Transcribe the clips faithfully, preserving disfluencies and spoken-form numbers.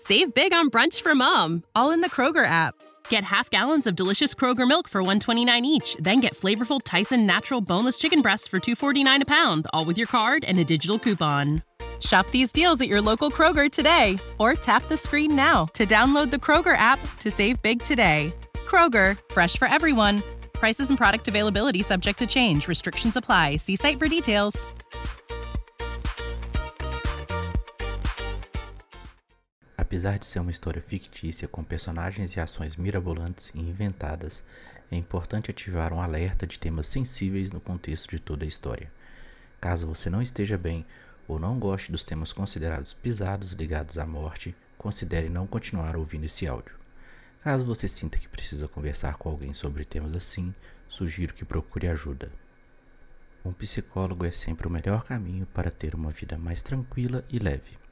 Save big on brunch for mom, all in the Kroger app. Get half gallons of delicious Kroger milk for one dollar and twenty-nine cents each. Then get flavorful Tyson natural boneless chicken breasts for two dollars and forty-nine cents a pound, all with your card and a digital coupon. Shop these deals at your local Kroger today, or tap the screen now to download the Kroger app to save big today. Kroger, fresh for everyone. Prices and product availability subject to change. Restrictions apply. See site for details. Apesar de ser uma história fictícia com personagens e ações mirabolantes e inventadas, é importante ativar um alerta de temas sensíveis no contexto de toda a história. Caso você não esteja bem ou não goste dos temas considerados pesados ligados à morte, considere não continuar ouvindo esse áudio. Caso você sinta que precisa conversar com alguém sobre temas assim, sugiro que procure ajuda. Um psicólogo é sempre o melhor caminho para ter uma vida mais tranquila e leve.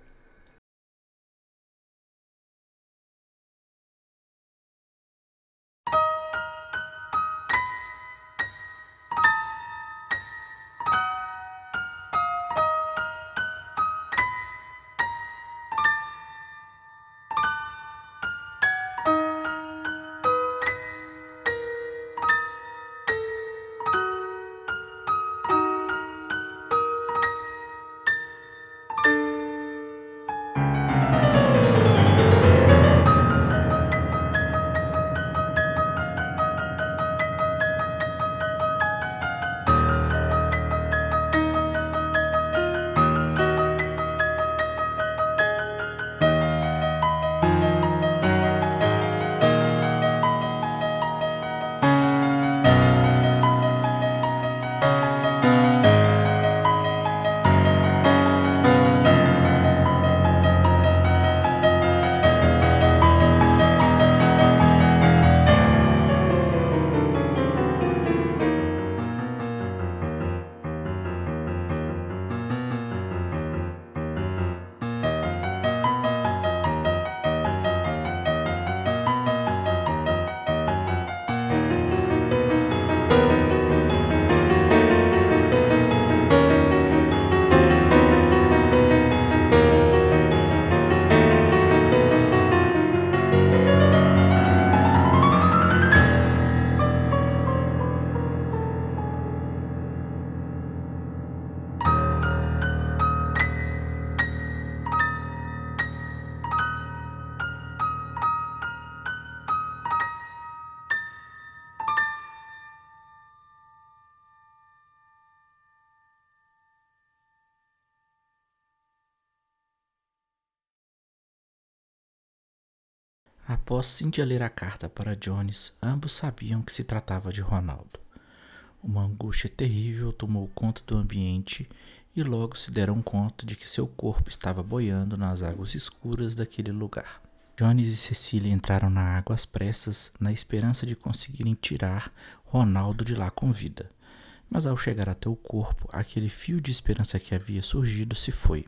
Após Cynthia ler a carta para Jones, ambos sabiam que se tratava de Ronaldo. Uma angústia terrível tomou conta do ambiente e logo se deram conta de que seu corpo estava boiando nas águas escuras daquele lugar. Jones e Cecília entraram na água às pressas, na esperança de conseguirem tirar Ronaldo de lá com vida. Mas ao chegar até o corpo, aquele fio de esperança que havia surgido se foi.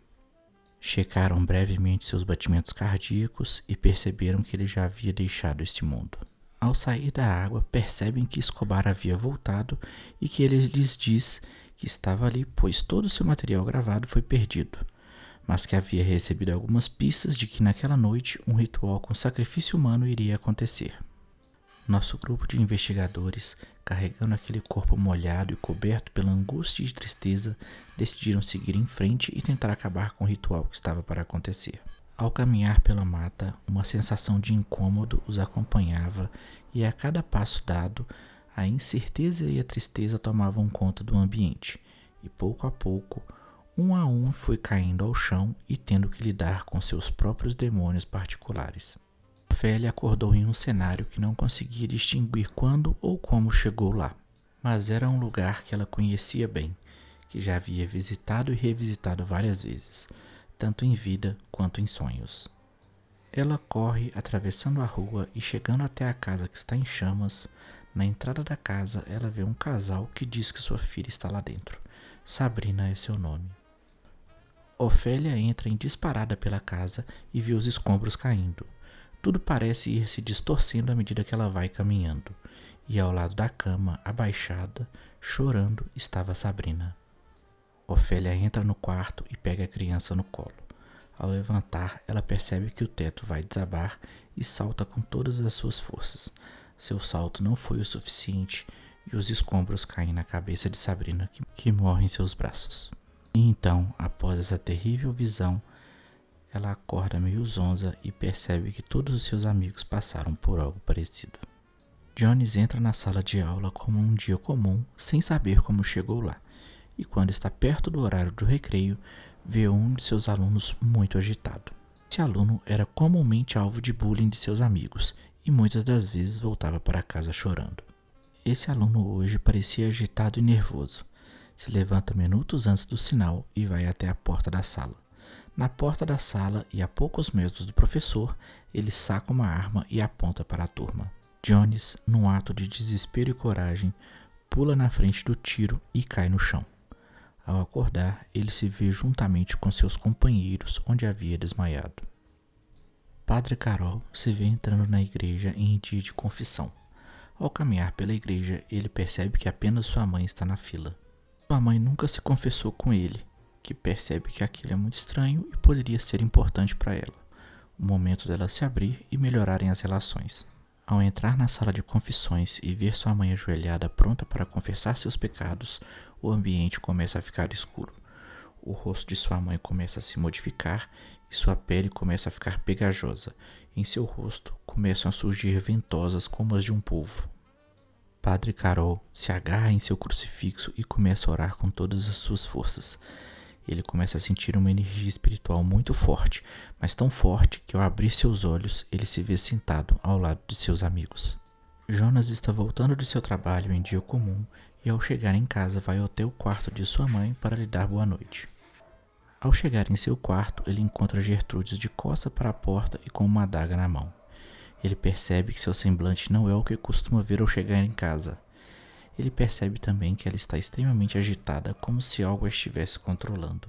Checaram brevemente seus batimentos cardíacos e perceberam que ele já havia deixado este mundo. Ao sair da água, percebem que Escobar havia voltado e que ele lhes diz que estava ali, pois todo o seu material gravado foi perdido, mas que havia recebido algumas pistas de que naquela noite um ritual com sacrifício humano iria acontecer. Nosso grupo de investigadores, carregando aquele corpo molhado e coberto pela angústia e tristeza, decidiram seguir em frente e tentar acabar com o ritual que estava para acontecer. Ao caminhar pela mata, uma sensação de incômodo os acompanhava e a cada passo dado, a incerteza e a tristeza tomavam conta do ambiente, e pouco a pouco, um a um foi caindo ao chão e tendo que lidar com seus próprios demônios particulares. Ofélia acordou em um cenário que não conseguia distinguir quando ou como chegou lá, mas era um lugar que ela conhecia bem, que já havia visitado e revisitado várias vezes, tanto em vida quanto em sonhos. Ela corre atravessando a rua e chegando até a casa que está em chamas. Na entrada da casa, ela vê um casal que diz que sua filha está lá dentro. Sabrina é seu nome. Ofélia entra em disparada pela casa e vê os escombros caindo. Tudo parece ir se distorcendo à medida que ela vai caminhando, e ao lado da cama, abaixada, chorando, estava Sabrina. Ofélia entra no quarto e pega a criança no colo. Ao levantar, ela percebe que o teto vai desabar e salta com todas as suas forças. Seu salto não foi o suficiente e os escombros caem na cabeça de Sabrina, que, que morre em seus braços. E então, após essa terrível visão, ela acorda meio zonza e percebe que todos os seus amigos passaram por algo parecido. Jones entra na sala de aula como um dia comum, sem saber como chegou lá, e quando está perto do horário do recreio, vê um de seus alunos muito agitado. Esse aluno era comumente alvo de bullying de seus amigos e muitas das vezes voltava para casa chorando. Esse aluno hoje parecia agitado e nervoso. Se levanta minutos antes do sinal e vai até a porta da sala. Na porta da sala e a poucos metros do professor, ele saca uma arma e aponta para a turma. Jones, num ato de desespero e coragem, pula na frente do tiro e cai no chão. Ao acordar, ele se vê juntamente com seus companheiros onde havia desmaiado. Padre Carol se vê entrando na igreja em dia de confissão. Ao caminhar pela igreja, ele percebe que apenas sua mãe está na fila. Sua mãe nunca se confessou com ele, que percebe que aquilo é muito estranho e poderia ser importante para ela. O momento dela se abrir e melhorarem as relações. Ao entrar na sala de confissões e ver sua mãe ajoelhada pronta para confessar seus pecados, o ambiente começa a ficar escuro. O rosto de sua mãe começa a se modificar e sua pele começa a ficar pegajosa. Em seu rosto começam a surgir ventosas como as de um polvo. Padre Carol se agarra em seu crucifixo e começa a orar com todas as suas forças. Ele começa a sentir uma energia espiritual muito forte, mas tão forte que ao abrir seus olhos, ele se vê sentado ao lado de seus amigos. Jonas está voltando de seu trabalho em dia comum e ao chegar em casa vai até o quarto de sua mãe para lhe dar boa noite. Ao chegar em seu quarto, ele encontra Gertrudes de costas para a porta e com uma adaga na mão. Ele percebe que seu semblante não é o que costuma ver ao chegar em casa. Ele percebe também que ela está extremamente agitada, como se algo a estivesse controlando.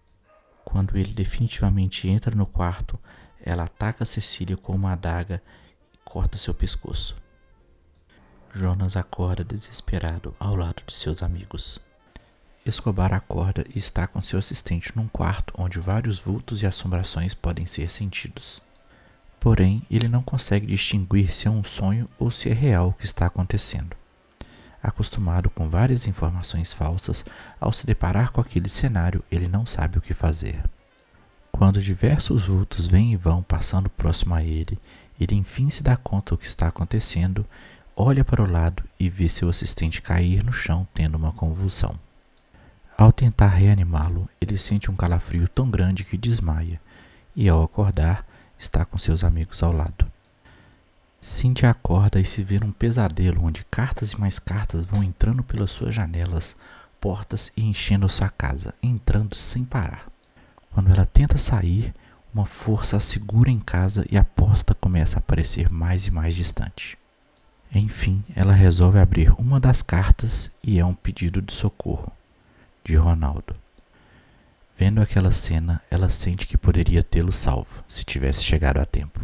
Quando ele definitivamente entra no quarto, ela ataca Cecília com uma adaga e corta seu pescoço. Jonas acorda desesperado ao lado de seus amigos. Escobar acorda e está com seu assistente num quarto onde vários vultos e assombrações podem ser sentidos. Porém, ele não consegue distinguir se é um sonho ou se é real o que está acontecendo. Acostumado com várias informações falsas, ao se deparar com aquele cenário, ele não sabe o que fazer. Quando diversos vultos vêm e vão passando próximo a ele, ele enfim se dá conta do que está acontecendo, olha para o lado e vê seu assistente cair no chão tendo uma convulsão. Ao tentar reanimá-lo, ele sente um calafrio tão grande que desmaia, e ao acordar, está com seus amigos ao lado. Cynthia acorda e se vê num pesadelo onde cartas e mais cartas vão entrando pelas suas janelas, portas e enchendo sua casa, entrando sem parar. Quando ela tenta sair, uma força a segura em casa e a porta começa a aparecer mais e mais distante. Enfim, ela resolve abrir uma das cartas e é um pedido de socorro, de Ronaldo. Vendo aquela cena, ela sente que poderia tê-lo salvo, se tivesse chegado a tempo.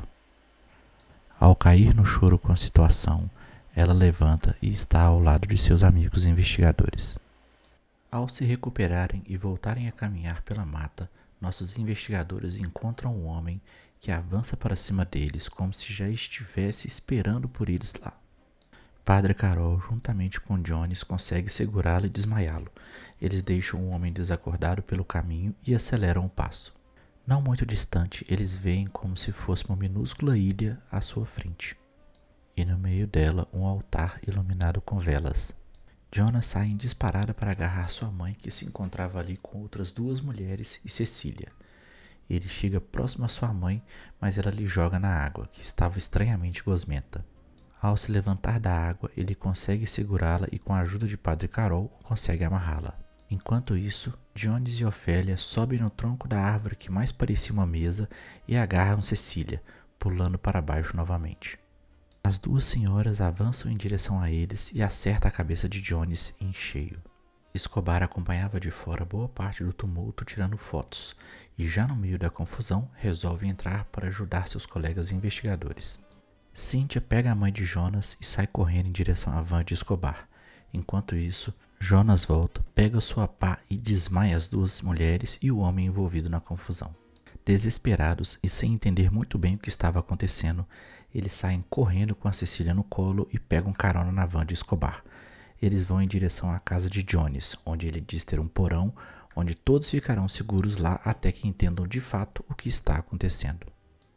Ao cair no choro com a situação, ela levanta e está ao lado de seus amigos investigadores. Ao se recuperarem e voltarem a caminhar pela mata, nossos investigadores encontram um homem que avança para cima deles como se já estivesse esperando por eles lá. Padre Carol, juntamente com Jones, consegue segurá-lo e desmaiá-lo. Eles deixam o homem desacordado pelo caminho e aceleram o passo. Não muito distante, eles veem como se fosse uma minúscula ilha à sua frente. E no meio dela, um altar iluminado com velas. Jonas sai em disparada para agarrar sua mãe, que se encontrava ali com outras duas mulheres e Cecília. Ele chega próximo à sua mãe, mas ela lhe joga na água, que estava estranhamente gosmenta. Ao se levantar da água, ele consegue segurá-la e, com a ajuda de Padre Carol, consegue amarrá-la. Enquanto isso, Jones e Ofélia sobem no tronco da árvore que mais parecia uma mesa e agarram Cecília, pulando para baixo novamente. As duas senhoras avançam em direção a eles e acertam a cabeça de Jones em cheio. Escobar acompanhava de fora boa parte do tumulto tirando fotos e, já no meio da confusão, resolve entrar para ajudar seus colegas investigadores. Cynthia pega a mãe de Jonas e sai correndo em direção à van de Escobar. Enquanto isso, Jonas volta, pega sua pá e desmaia as duas mulheres e o homem envolvido na confusão. Desesperados e sem entender muito bem o que estava acontecendo, eles saem correndo com a Cecília no colo e pegam carona na van de Escobar. Eles vão em direção à casa de Jones, onde ele diz ter um porão, onde todos ficarão seguros lá até que entendam de fato o que está acontecendo.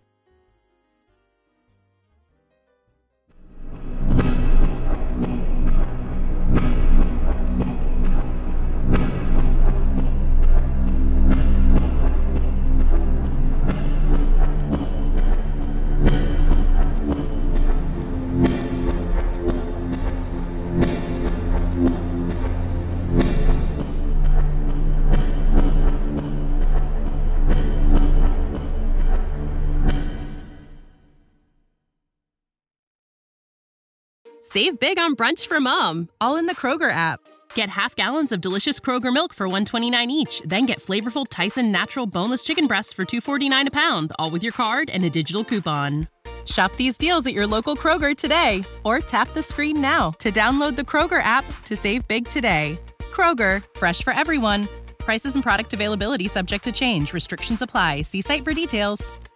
Save big on brunch for mom, all in the Kroger app. Get half gallons of delicious Kroger milk for one twenty-nine each, then get flavorful Tyson natural boneless chicken breasts for two forty-nine a pound, all with your card and a digital coupon. Shop these deals at your local Kroger today, or tap the screen now to download the Kroger app to save big today. Kroger, fresh for everyone. Prices and product availability subject to change. Restrictions apply. See site for details.